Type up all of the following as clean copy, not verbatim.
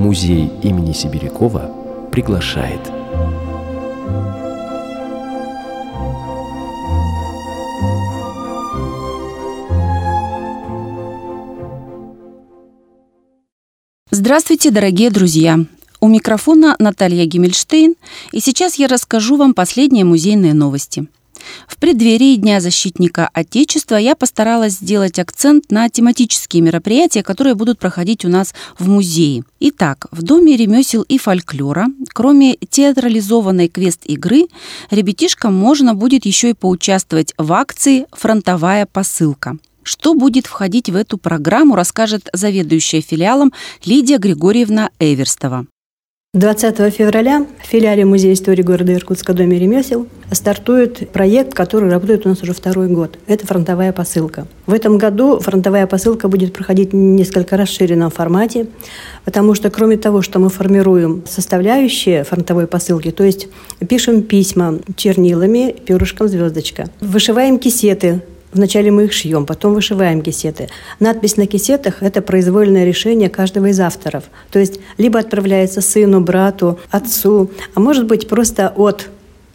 Музей имени Сибирякова приглашает. Здравствуйте, дорогие друзья! У микрофона Наталья Гиммельштейн, и сейчас я расскажу вам последние музейные новости. В преддверии Дня защитника Отечества я постаралась сделать акцент на тематические мероприятия, которые будут проходить у нас в музее. Итак, в Доме ремесел и фольклора, кроме театрализованной квест-игры, ребятишкам можно будет еще и поучаствовать в акции «Фронтовая посылка». Что будет входить в эту программу, расскажет заведующая филиалом Лидия Григорьевна Эверстова. 20 февраля в филиале Музея истории города Иркутска Доме ремесел стартует проект, который работает у нас уже второй год. Это «Фронтовая посылка». В этом году «Фронтовая посылка» будет проходить в несколько расширенном формате, потому что кроме того, что мы формируем составляющие фронтовой посылки, то есть пишем письма чернилами, перышком, звездочка, вышиваем кисеты. Вначале мы их шьем, потом вышиваем кисеты. Надпись на кисетах – это произвольное решение каждого из авторов. То есть либо отправляется сыну, брату, отцу, а может быть просто от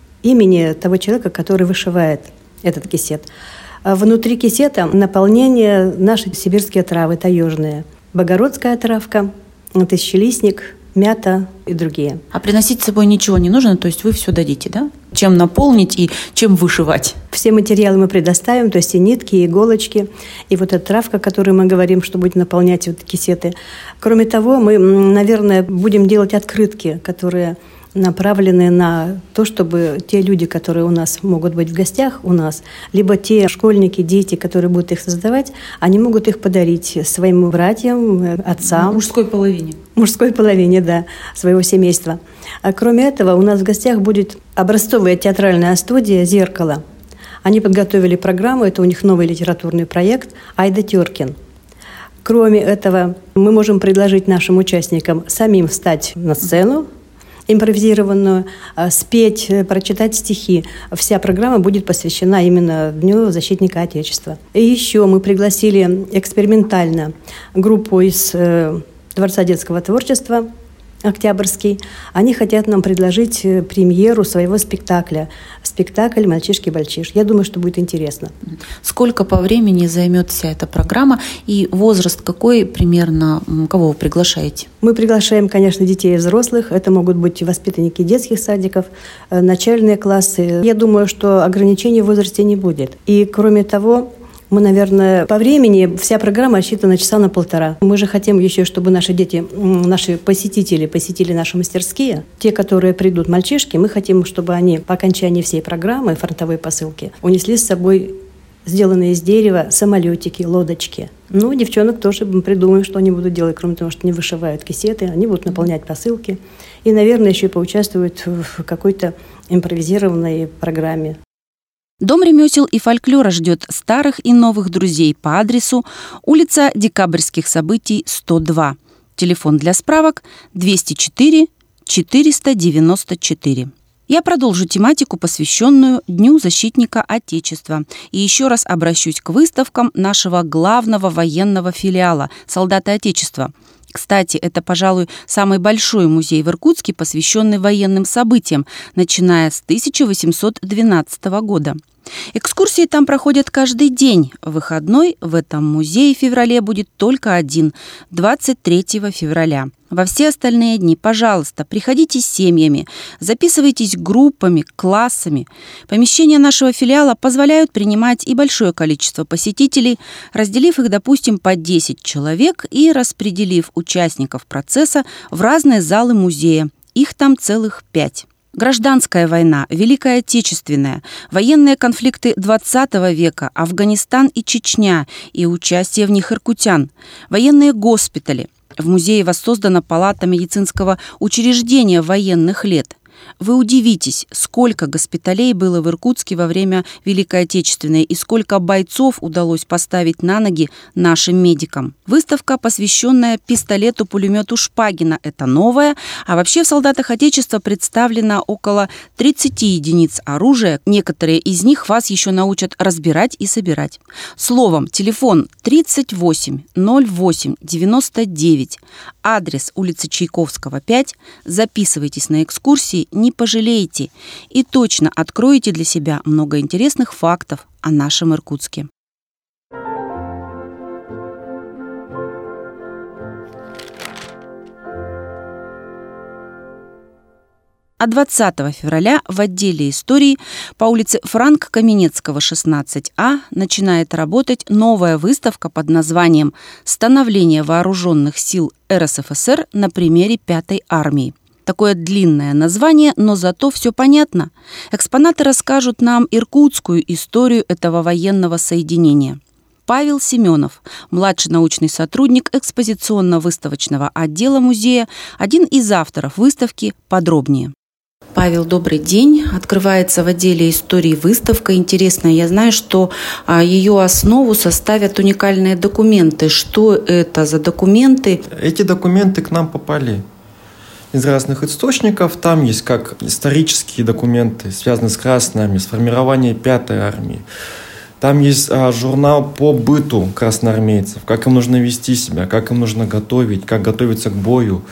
имени того человека, который вышивает этот кисет. А внутри кисета наполнение наши сибирские травы таежные. Богородская травка, тысячелистник, мята и другие. А приносить с собой ничего не нужно, то есть вы все дадите, да? Чем наполнить и чем вышивать? Все материалы мы предоставим, то есть и нитки, и иголочки, и вот эта травка, о которой мы говорим, что будет наполнять вот кисеты. Кроме того, мы, наверное, будем делать открытки, которые направлены на то, чтобы те люди, которые у нас могут быть в гостях у нас, либо те школьники, дети, которые будут их создавать, они могут их подарить своим братьям, отцам. Мужской половине. Мужской половине, да, своего семейства. А кроме этого, у нас в гостях будет образцовая театральная студия «Зеркало». Они подготовили программу, это у них новый литературный проект «Айда Теркин». Кроме этого, мы можем предложить нашим участникам самим встать на сцену, импровизированную, спеть, прочитать стихи. Вся программа будет посвящена именно Дню защитника Отечества. И еще мы пригласили экспериментально группу из Дворца детского творчества «Октябрьский». Они хотят нам предложить премьеру своего спектакля. Спектакль «Мальчишки-бальчиш». Я думаю, что будет интересно. Сколько по времени займет вся эта программа и возраст какой примерно, кого вы приглашаете? Мы приглашаем, конечно, детей и взрослых. Это могут быть воспитанники детских садиков, начальные классы. Я думаю, что ограничений в возрасте не будет. И кроме того, мы, наверное, по времени вся программа рассчитана часа на 1,5. Мы же хотим еще, чтобы наши дети, наши посетители посетили наши мастерские. Те, которые придут, мальчишки, мы хотим, чтобы они по окончании всей программы фронтовой посылки унесли с собой сделанные из дерева самолетики, лодочки. Ну, девчонок тоже мы придумаем, что они будут делать, кроме того, что они вышивают кисеты, они будут наполнять посылки. И, наверное, еще и поучаствуют в какой-то импровизированной программе. Дом ремесел и фольклора ждет старых и новых друзей по адресу улица Декабрьских событий, 102. Телефон для справок 204 494. Я продолжу тематику, посвященную Дню защитника Отечества. И еще раз обращусь к выставкам нашего главного военного филиала «Солдаты Отечества». Кстати, это, пожалуй, самый большой музей в Иркутске, посвященный военным событиям, начиная с 1812 года. Экскурсии там проходят каждый день. Выходной в этом музее в феврале будет только один – 23 февраля. Во все остальные дни, пожалуйста, приходите с семьями, записывайтесь группами, классами. Помещения нашего филиала позволяют принимать и большое количество посетителей, разделив их, допустим, по 10 человек и распределив участников процесса в разные залы музея. Их там целых 5. Гражданская война, Великая Отечественная, военные конфликты XX века, Афганистан и Чечня и участие в них иркутян, военные госпитали. В музее воссоздана палата медицинского учреждения военных лет. Вы удивитесь, сколько госпиталей было в Иркутске во время Великой Отечественной и сколько бойцов удалось поставить на ноги нашим медикам. Выставка, посвященная пистолету-пулемету Шпагина, это новая, а вообще в «Солдатах Отечества» представлено около 30 единиц оружия. Некоторые из них вас еще научат разбирать и собирать. Словом, телефон 38 08 99, адрес улица Чайковского, 5. Записывайтесь на экскурсии, не пожалеете и точно откроете для себя много интересных фактов о нашем Иркутске. А 20 февраля в отделе истории по улице Франка Каменецкого, 16А, начинает работать новая выставка под названием «Становление вооруженных сил РСФСР на примере 5-й армии». Такое длинное название, но зато все понятно. Экспонаты расскажут нам иркутскую историю этого военного соединения. Павел Семенов, младший научный сотрудник экспозиционно-выставочного отдела музея, один из авторов выставки «Подробнее». Павел, добрый день. Открывается в отделе истории выставка интересная. Я знаю, что ее основу составят уникальные документы. Что это за документы? Эти документы к нам попали из разных источников. Там есть как исторические документы, связанные с Красной армией, с формированием 5-й армии. Там есть журнал по быту красноармейцев, как им нужно вести себя, как им нужно готовить, как готовиться к бою,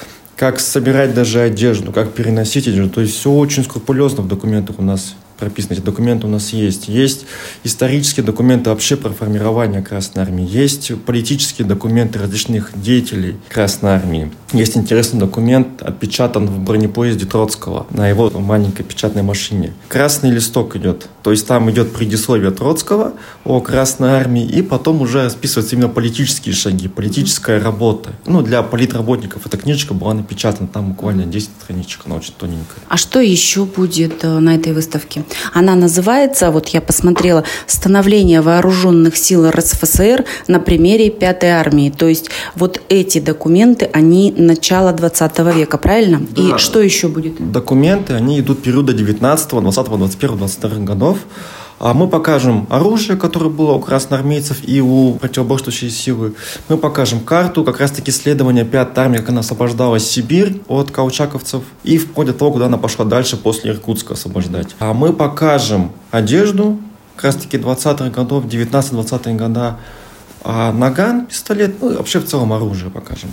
как собирать даже одежду, как переносить одежду. То есть все очень скрупулезно в документах у нас прописано. Эти документы у нас есть. Есть исторические документы вообще про формирование Красной армии. Есть политические документы различных деятелей Красной армии. Есть интересный документ, отпечатан в бронепоезде Троцкого на его маленькой печатной машине. Красный листок идет. То есть там идет предисловие Троцкого о Красной армии, и потом уже расписываются именно политические шаги, политическая работа. Для политработников эта книжечка была напечатана, там буквально 10 страничек, она очень тоненькая. А что еще будет на этой выставке? Она называется, вот я посмотрела, «Становление вооруженных сил РСФСР на примере 5-й армии». То есть вот эти документы, они начала 20 века, правильно? Да. И что еще будет? Документы, они идут периода 19, 20, 21, 22 годов. Мы покажем оружие, которое было у красноармейцев и у противоборствующей силы. Мы покажем карту, как раз-таки исследования 5-й армии, как она освобождала Сибирь от колчаковцев и вплоть до того, куда она пошла дальше после Иркутска освобождать. Мы покажем одежду, как раз-таки 20-х годов, 19-20-е года, наган, пистолет, вообще в целом оружие покажем.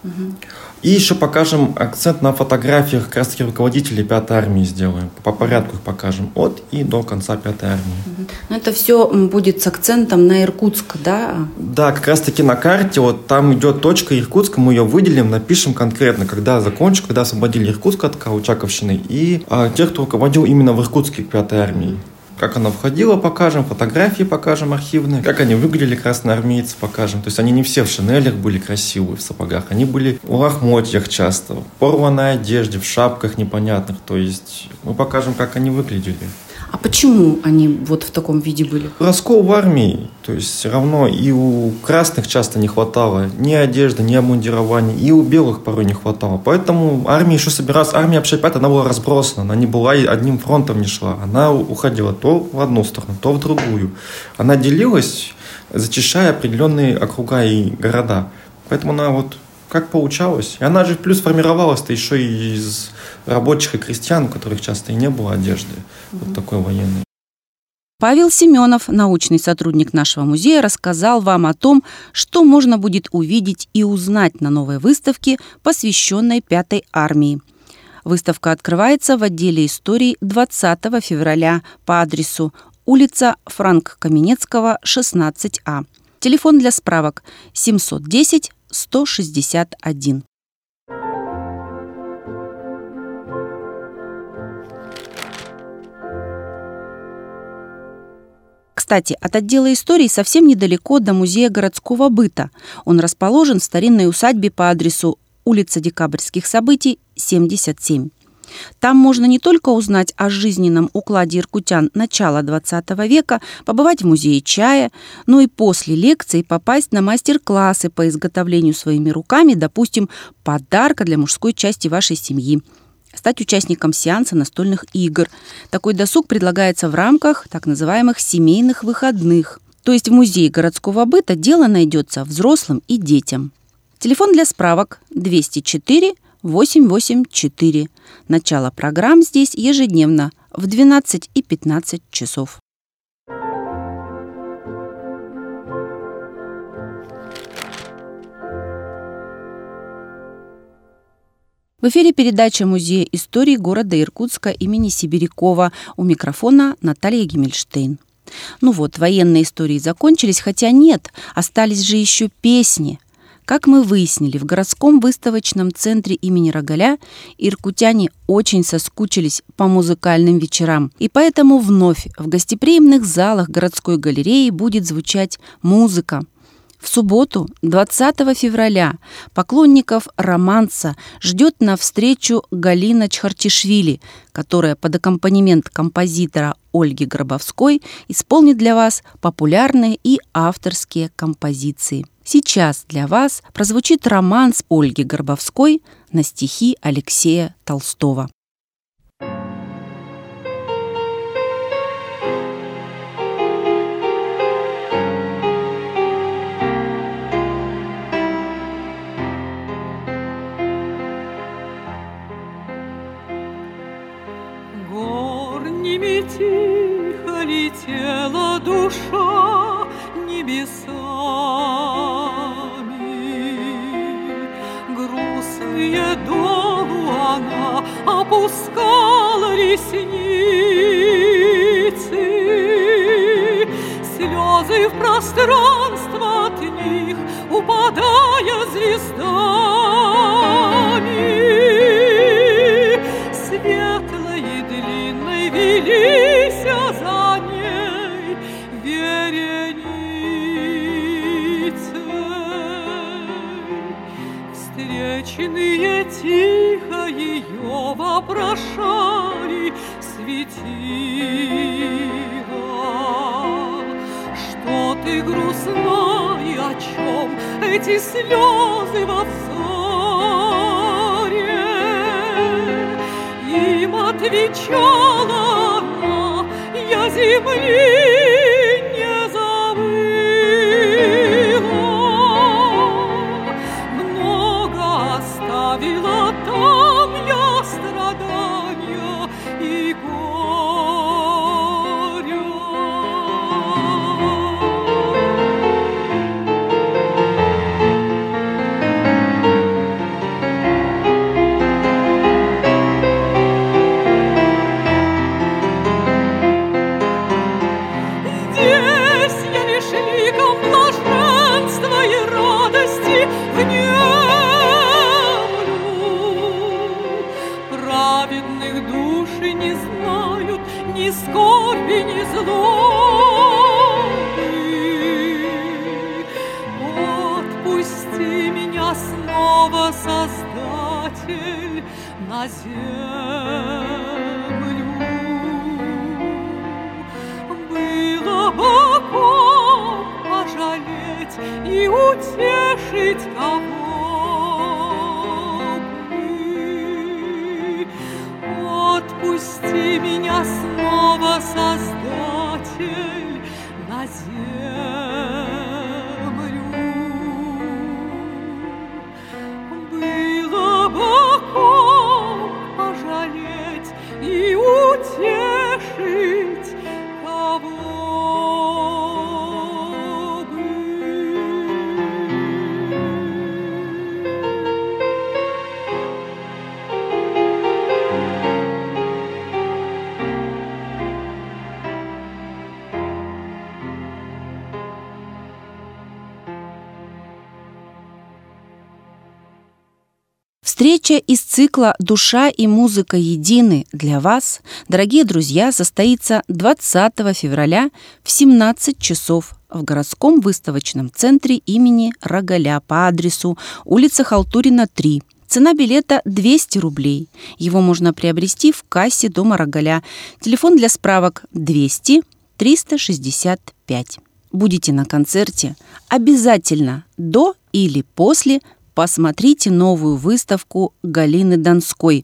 И еще покажем акцент на фотографиях как раз-таки руководителей 5-й армии сделаем. По порядку их покажем от и до конца 5-й армии. Но это все будет с акцентом на Иркутск, да? Да, как раз-таки на карте, вот там идет точка Иркутск, мы ее выделим, напишем конкретно, когда закончили, когда освободили Иркутск от колчаковщины, и тех, кто руководил именно в Иркутске 5-й армии. Как она входила, покажем, фотографии покажем архивные, как они выглядели, красноармейцы, покажем. То есть они не все в шинелях были красивые, в сапогах, они были в лохмотьях часто, в порванной одежде, в шапках непонятных. То есть мы покажем, как они выглядели. А почему они вот в таком виде были? Раскол в армии, то есть все равно и у красных часто не хватало ни одежды, ни обмундирования, и у белых порой не хватало. Поэтому армия еще собиралась, армия вообще 5-я, она была разбросана, она не была одним фронтом не шла, она уходила то в одну сторону, то в другую. Она делилась, зачищая определенные округа и города. Поэтому она вот как получалось. И она же плюс формировалась-то еще и из рабочих и крестьян, у которых часто и не было одежды. Вот такой военной. Павел Семенов, научный сотрудник нашего музея, рассказал вам о том, что можно будет увидеть и узнать на новой выставке, посвященной 5-й армии. Выставка открывается в отделе истории 20 февраля по адресу улица Франка Каменецкого, 16А. Телефон для справок 710 161. Кстати, от отдела истории совсем недалеко до музея городского быта. Он расположен в старинной усадьбе по адресу улица Декабрьских событий, 77. Там можно не только узнать о жизненном укладе иркутян начала XX века, побывать в музее чая, но и после лекции попасть на мастер-классы по изготовлению своими руками, допустим, подарка для мужской части вашей семьи. стать участником сеанса настольных игр. Такой досуг предлагается в рамках так называемых семейных выходных. То есть в музее городского быта дело найдется взрослым и детям. Телефон для справок 204 884. Начало программ здесь ежедневно в 12 и 15 часов. В эфире передача Музея истории города Иркутска имени Сибирякова. У микрофона Наталья Гиммельштейн. Военные истории закончились, хотя нет, остались же еще песни. Как мы выяснили, в городском выставочном центре имени Рогаля иркутяне очень соскучились по музыкальным вечерам. И поэтому вновь в гостеприимных залах городской галереи будет звучать музыка. В субботу, 20 февраля, поклонников романса ждет навстречу Галина Чхартишвили, которая под аккомпанемент композитора Ольги Гробовской исполнит для вас популярные и авторские композиции. Сейчас для вас прозвучит романс Ольги Гробовской на стихи Алексея Толстого. Тихо летела душа небесами, грустные долу она опускала ресницы, слезы в пространство от них упадая звездами. Велися за ней вереницей, встречные тихо ее вопрошали светила. Что ты грустна и о чем эти слезы во взоре? Им отвечала она: я земли не забыла, много оставила там я страдания и горя. Ни скорби, ни злобы. Отпусти меня снова, Создатель, на землю. Было бы ком пожалеть и утешить кого. Отпусти меня снова, Создатель, на землю. Было бы ком пожалеть и утешить кого. Встреча из цикла «Душа и музыка едины» для вас, дорогие друзья, состоится 20 февраля в 17 часов в городском выставочном центре имени Рогаля по адресу улица Халтурина, 3. Цена билета 200 рублей. Его можно приобрести в кассе дома Рогаля. Телефон для справок 200 365. Будете на концерте? Обязательно до или после посмотрите новую выставку Галины Донской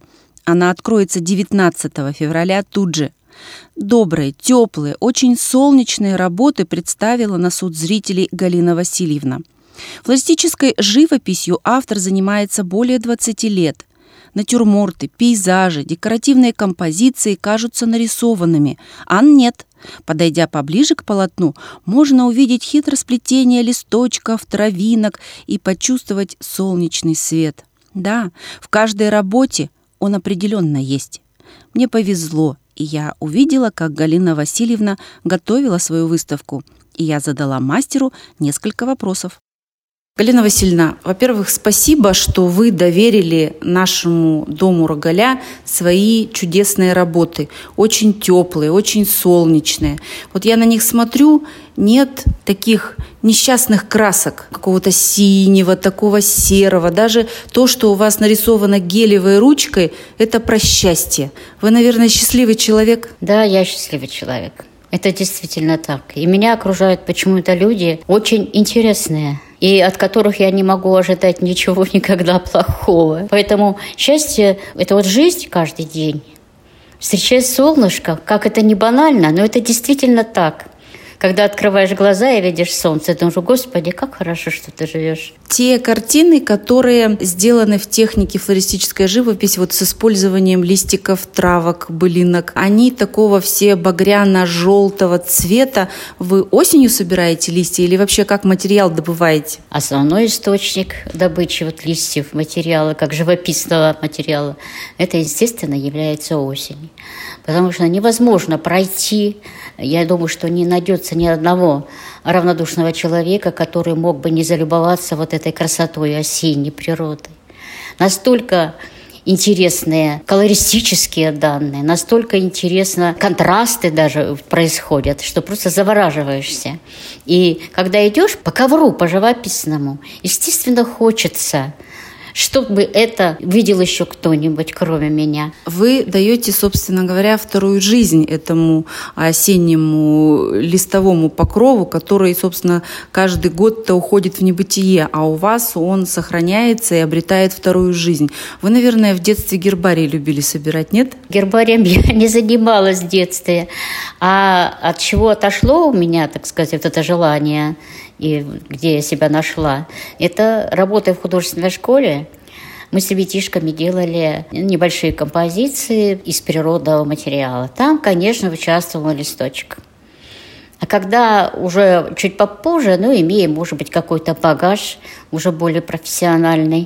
Она откроется 19 февраля тут же. Добрые, теплые, очень солнечные работы представила на суд зрителей Галина Васильевна. Флористической живописью автор занимается более 20 лет. Натюрморты, пейзажи, декоративные композиции кажутся нарисованными, а нет. Подойдя поближе к полотну, можно увидеть хитросплетение листочков, травинок и почувствовать солнечный свет. Да, в каждой работе он определенно есть. Мне повезло, и я увидела, как Галина Васильевна готовила свою выставку, и я задала мастеру несколько вопросов. Галина Васильевна, во-первых, спасибо, что вы доверили нашему дому Рогаля свои чудесные работы. Очень теплые, очень солнечные. Вот я на них смотрю, нет таких несчастных красок, какого-то синего, такого серого. Даже то, что у вас нарисовано гелевой ручкой, это про счастье. Вы, наверное, счастливый человек? Да, я счастливый человек. Это действительно так. И меня окружают почему-то люди очень интересные, и от которых я не могу ожидать ничего никогда плохого. Поэтому счастье – это вот жизнь каждый день. Встречать солнышко, как это не банально, но это действительно так. Когда открываешь глаза и видишь солнце, думаешь: Господи, как хорошо, что ты живешь. Те картины, которые сделаны в технике флористической живописи, вот с использованием листиков, травок, былинок, они такого все багряно-желтого цвета. Вы осенью собираете листья или вообще как материал добываете? Основной источник добычи вот листьев, материала, как живописного материала, это, естественно, является осень. Потому что невозможно пройти, я думаю, что не найдется ни одного равнодушного человека, который мог бы не залюбоваться вот этой красотой осенней природы. Настолько интересные колористические данные, настолько интересно контрасты даже происходят, что просто завораживаешься. И когда идешь по ковру, по живописному, естественно, хочется, чтобы это видел еще кто-нибудь, кроме меня. Вы даете, собственно говоря, вторую жизнь этому осеннему листовому покрову, который, собственно, каждый год-то уходит в небытие, а у вас он сохраняется и обретает вторую жизнь. Вы, наверное, в детстве гербарий любили собирать, нет? Гербарием я не занималась в детстве. А от чего отошло у меня, так сказать, вот это желание, и где я себя нашла, это работая в художественной школе. Мы с ребятишками делали небольшие композиции из природного материала. Там, конечно, участвовал листочек. А когда уже чуть попозже, имея, может быть, какой-то багаж уже более профессиональный,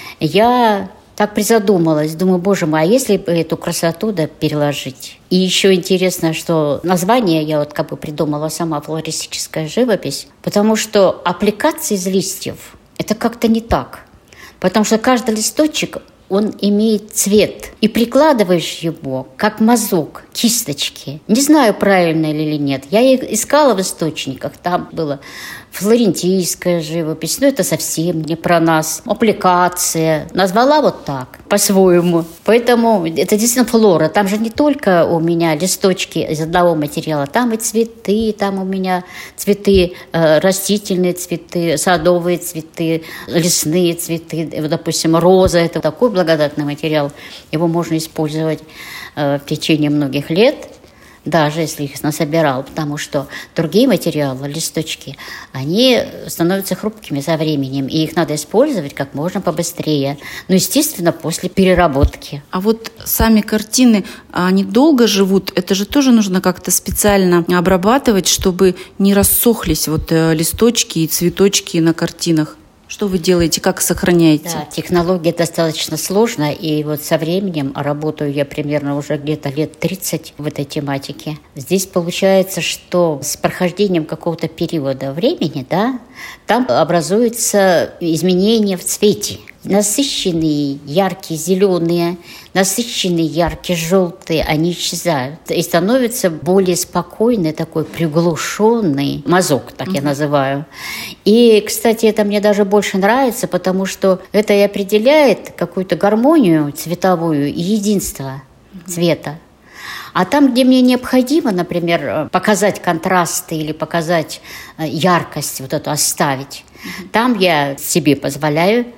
я так призадумалась. Думаю, боже мой, а если бы эту красоту переложить? И еще интересно, что название я придумала сама, флористическая живопись, потому что аппликация из листьев – это как-то не так. Потому что каждый листочек, он имеет цвет. И прикладываешь его, как мазок, кисточки. Не знаю, правильно или нет. Я их искала в источниках. Там было флорентийская живопись. Это совсем не про нас. Аппликация. Назвала вот так, по-своему. Поэтому это действительно флора. Там же не только у меня листочки из одного материала. Там и цветы, там у меня цветы, растительные цветы, садовые цветы, лесные цветы. Допустим, роза – это такой благодатный материал. Его можно использовать в течение многих лет, даже если их насобирал, потому что другие материалы, листочки, они становятся хрупкими со временем, и их надо использовать как можно побыстрее. Естественно, после переработки. А вот сами картины, они долго живут? Это же тоже нужно как-то специально обрабатывать, чтобы не рассохлись листочки и цветочки на картинах. Что вы делаете, как сохраняете? Да, технология достаточно сложная, и со временем работаю я примерно уже где-то лет 30 в этой тематике. Здесь получается, что с прохождением какого-то периода времени, там образуются изменения в цвете. Насыщенные, яркие, зеленые, насыщенные, яркие, желтые, они исчезают. И становится более спокойный, такой приглушенный мазок, так я называю. И, кстати, это мне даже больше нравится, потому что это и определяет какую-то гармонию цветовую и единство цвета. А там, где мне необходимо, например, показать контрасты или показать яркость, эту оставить, там я себе позволяю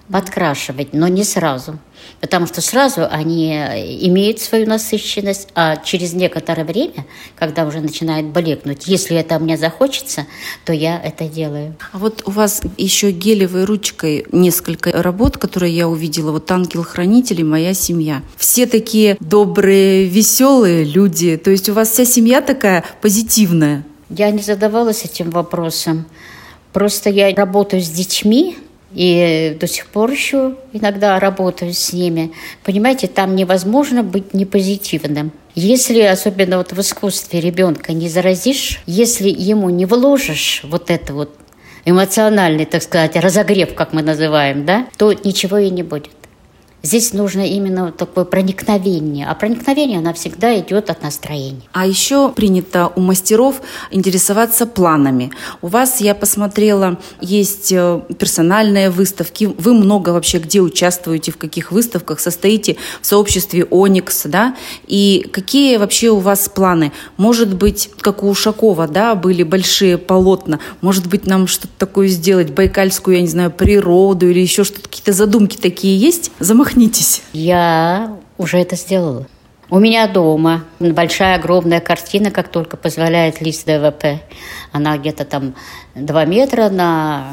подкрашивать, но не сразу. Потому что сразу они имеют свою насыщенность, а через некоторое время, когда уже начинает блекнуть, если это мне захочется, то я это делаю. А вот у вас еще гелевой ручкой несколько работ, которые я увидела. Вот «Ангел-хранитель» и «Моя семья». Все такие добрые, веселые люди. То есть у вас вся семья такая позитивная. Я не задавалась этим вопросом. Просто я работаю с детьми, и до сих пор еще иногда работаю с ними. Понимаете, там невозможно быть непозитивным. Если, особенно вот в искусстве, ребенка не заразишь, если ему не вложишь вот это вот эмоциональный, так сказать, разогрев, как мы называем, да, то ничего и не будет. Здесь нужно именно вот такое проникновение. А проникновение, оно всегда идет от настроения. А еще принято у мастеров интересоваться планами. У вас, я посмотрела, есть персональные выставки. Вы много вообще где участвуете, в каких выставках, состоите в сообществе «Оникс», да? И какие вообще у вас планы? Может быть, как у Ушакова, да, были большие полотна. Может быть, нам что-то такое сделать, байкальскую, я не знаю, природу или еще что-то, какие-то задумки такие есть? Замахнитесь. Я уже это сделала. У меня дома большая огромная картина, как только позволяет лист ДВП. Она где-то там 2 метра на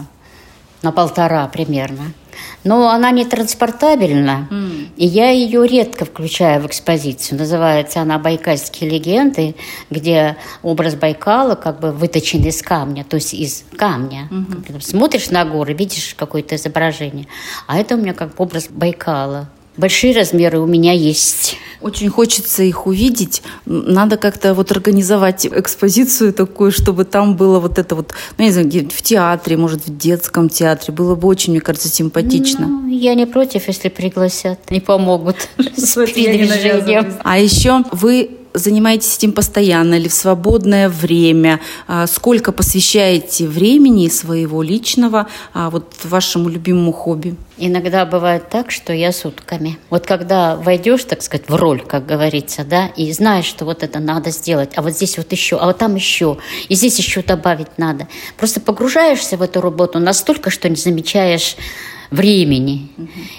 1,5 примерно. Но она не транспортабельна, и я ее редко включаю в экспозицию. Называется она «Байкальские легенды», где образ Байкала как бы выточен из камня, то есть из камня. Смотришь на горы, видишь какое-то изображение, а это у меня как образ Байкала. Большие размеры у меня есть. Очень хочется их увидеть. Надо как-то вот организовать экспозицию такую, чтобы там было вот это вот, ну, не знаю, в театре, может, в детском театре. Было бы очень, мне кажется, симпатично. Ну, я не против, если пригласят и помогут с передвижением. А еще вы занимаетесь этим постоянно или в свободное время? Сколько посвящаете времени своего личного вот вашему любимому хобби? Иногда бывает так, что я сутками. Вот когда войдешь, так сказать, в роль, как говорится, да, и знаешь, что вот это надо сделать, а вот здесь вот еще, а вот там еще, и здесь еще добавить надо. Просто погружаешься в эту работу настолько, что не замечаешь времени.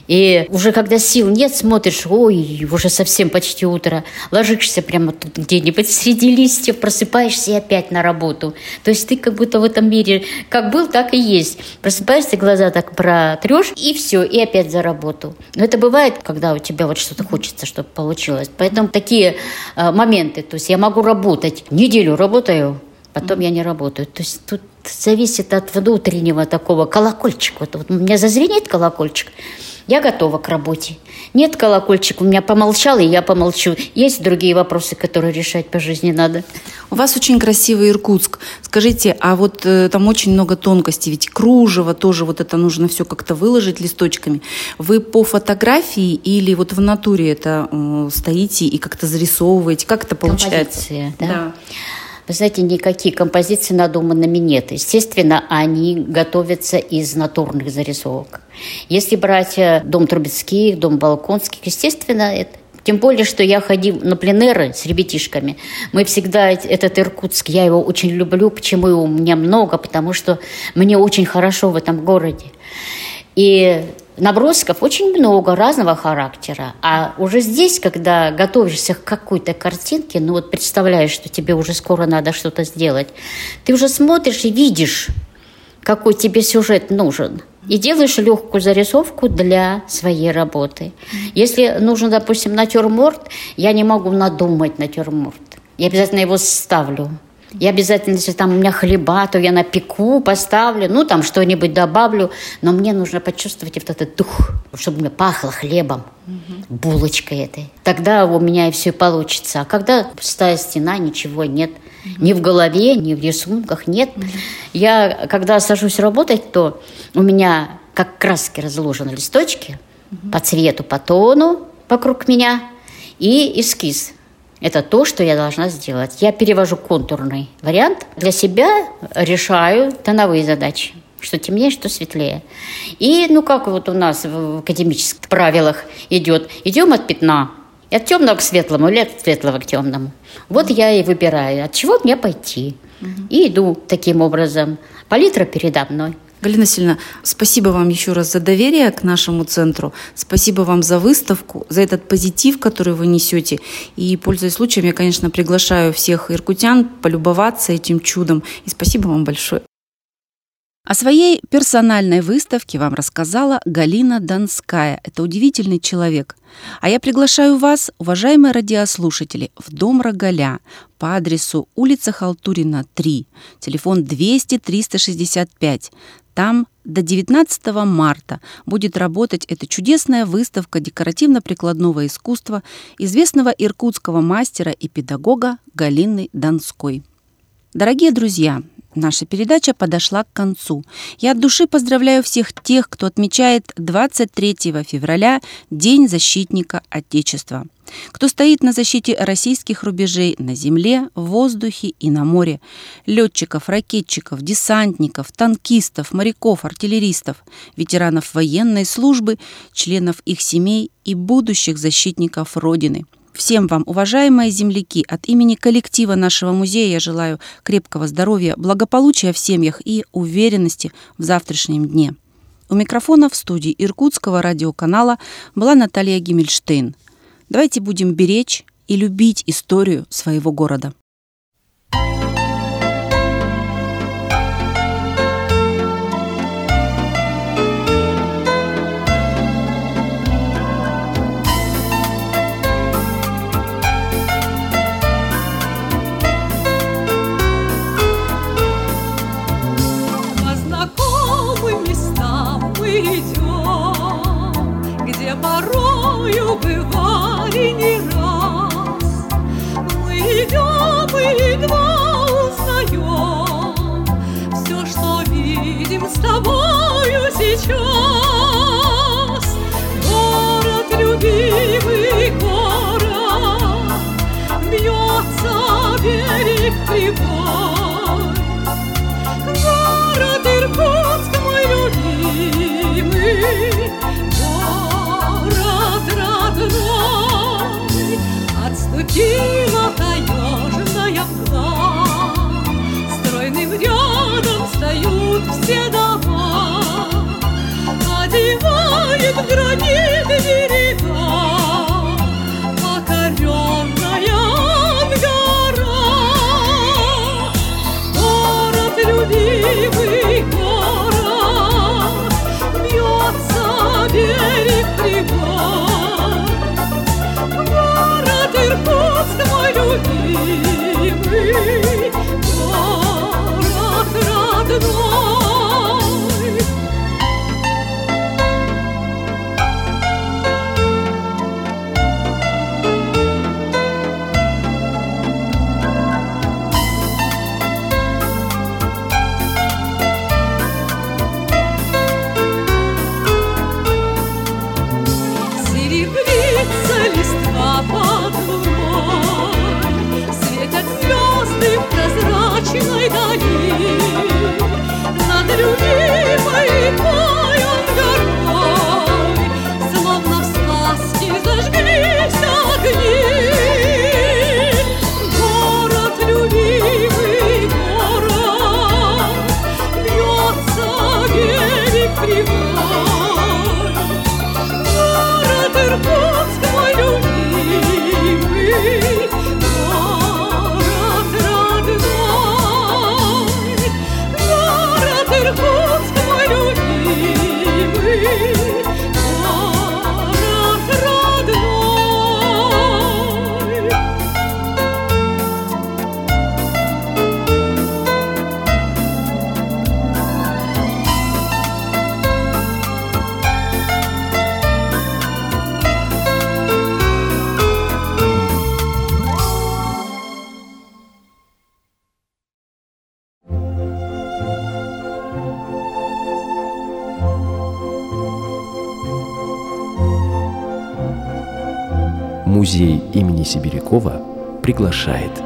И уже когда сил нет, смотришь, ой, уже совсем почти утро, ложишься прямо тут где-нибудь среди листьев, просыпаешься и опять на работу. То есть ты как будто в этом мире как был, так и есть. Просыпаешься, глаза так протрешь, и все, и опять за работу. Но это бывает, когда у тебя вот что-то хочется, чтобы получилось. Поэтому такие моменты, то есть я могу работать, неделю работаю, потом я не работаю. То есть тут зависит от внутреннего такого колокольчика. Вот у меня зазвенит колокольчик, я готова к работе. Нет колокольчика, у меня помолчал, и я помолчу. Есть другие вопросы, которые решать по жизни надо. У вас очень красивый Иркутск. Скажите, а вот там очень много тонкостей, ведь кружево тоже вот это нужно все как-то выложить листочками. Вы по фотографии или вот в натуре это стоите и как-то зарисовываете? Как это получается? Композиция, да. Вы знаете, никакие композиции надуманными нет. Естественно, они готовятся из натурных зарисовок. Если брать дом Трубецких, дом Балконских, естественно, это... Тем более, что я ходила на пленэры с ребятишками. Мы всегда, этот Иркутск, я его очень люблю. Почему его у меня много? Потому что мне очень хорошо в этом городе. И набросков очень много разного характера. А уже здесь, когда готовишься к какой-то картинке, ну вот представляешь, что тебе уже скоро надо что-то сделать, ты уже смотришь и видишь, какой тебе сюжет нужен. И делаешь легкую зарисовку для своей работы. Если нужен, допустим, натюрморт, я не могу надумать натюрморт. Я обязательно его ставлю. Я обязательно, если там у меня хлеба, то я напеку, поставлю, ну там что-нибудь добавлю. Но мне нужно почувствовать вот этот дух, чтобы мне пахло хлебом, булочкой этой. Тогда у меня и все получится. А когда пустая стена, ничего нет. Ни в голове, ни в рисунках нет. Я, когда сажусь работать, то у меня как краски разложены листочки по цвету, по тону вокруг меня и эскиз. Это то, что я должна сделать. Я перевожу контурный вариант. Для себя решаю тоновые задачи. Что темнее, что светлее. И, ну, как вот у нас в академических правилах идет. Идем от пятна. От темного к светлому или от светлого к темному. Вот я и выбираю, от чего мне пойти. И иду таким образом. Палитра передо мной. Галина Васильевна, спасибо вам еще раз за доверие к нашему центру. Спасибо вам за выставку, за этот позитив, который вы несете. И, пользуясь случаем, я, конечно, приглашаю всех иркутян полюбоваться этим чудом. И спасибо вам большое. О своей персональной выставке вам рассказала Галина Донская. Это удивительный человек. А я приглашаю вас, уважаемые радиослушатели, в дом Рогаля по адресу улица Халтурина, 3, телефон 200-365. Там до 19 марта будет работать эта чудесная выставка декоративно-прикладного искусства известного иркутского мастера и педагога Галины Донской. Дорогие друзья, наша передача подошла к концу. Я от души поздравляю всех тех, кто отмечает 23 февраля День защитника Отечества. Кто стоит на защите российских рубежей на земле, в воздухе и на море. Летчиков, ракетчиков, десантников, танкистов, моряков, артиллеристов, ветеранов военной службы, членов их семей и будущих защитников Родины. Всем вам, уважаемые земляки, от имени коллектива нашего музея я желаю крепкого здоровья, благополучия в семьях и уверенности в завтрашнем дне. У микрофона в студии Иркутского радиоканала была Наталья Гиммельштейн. Давайте будем беречь и любить историю своего города. Порою бывали не раз. Мы идем и едва узнаем все, что видим с тобою сейчас. Город любимый, город, бьется берег прибой. Город Иркутск мой любимый, родной, отступила таежная мгла, стройным рядом встают все дома, одевает в гранит берега покоренная Ангара. Город любимый, город, бьется берег прибой. Иркутск мой любимый, город родной. Серебрится листва под луной, светят звезды в прозрачной дали. Над любимой поем горой, словно в сказке зажглись огни. Город любимый, город, бьется берег прибой. Город Иркутск мой любимый, город родной. Город Иркутск мой любимый, город родной. Музей имени Сибирякова приглашает.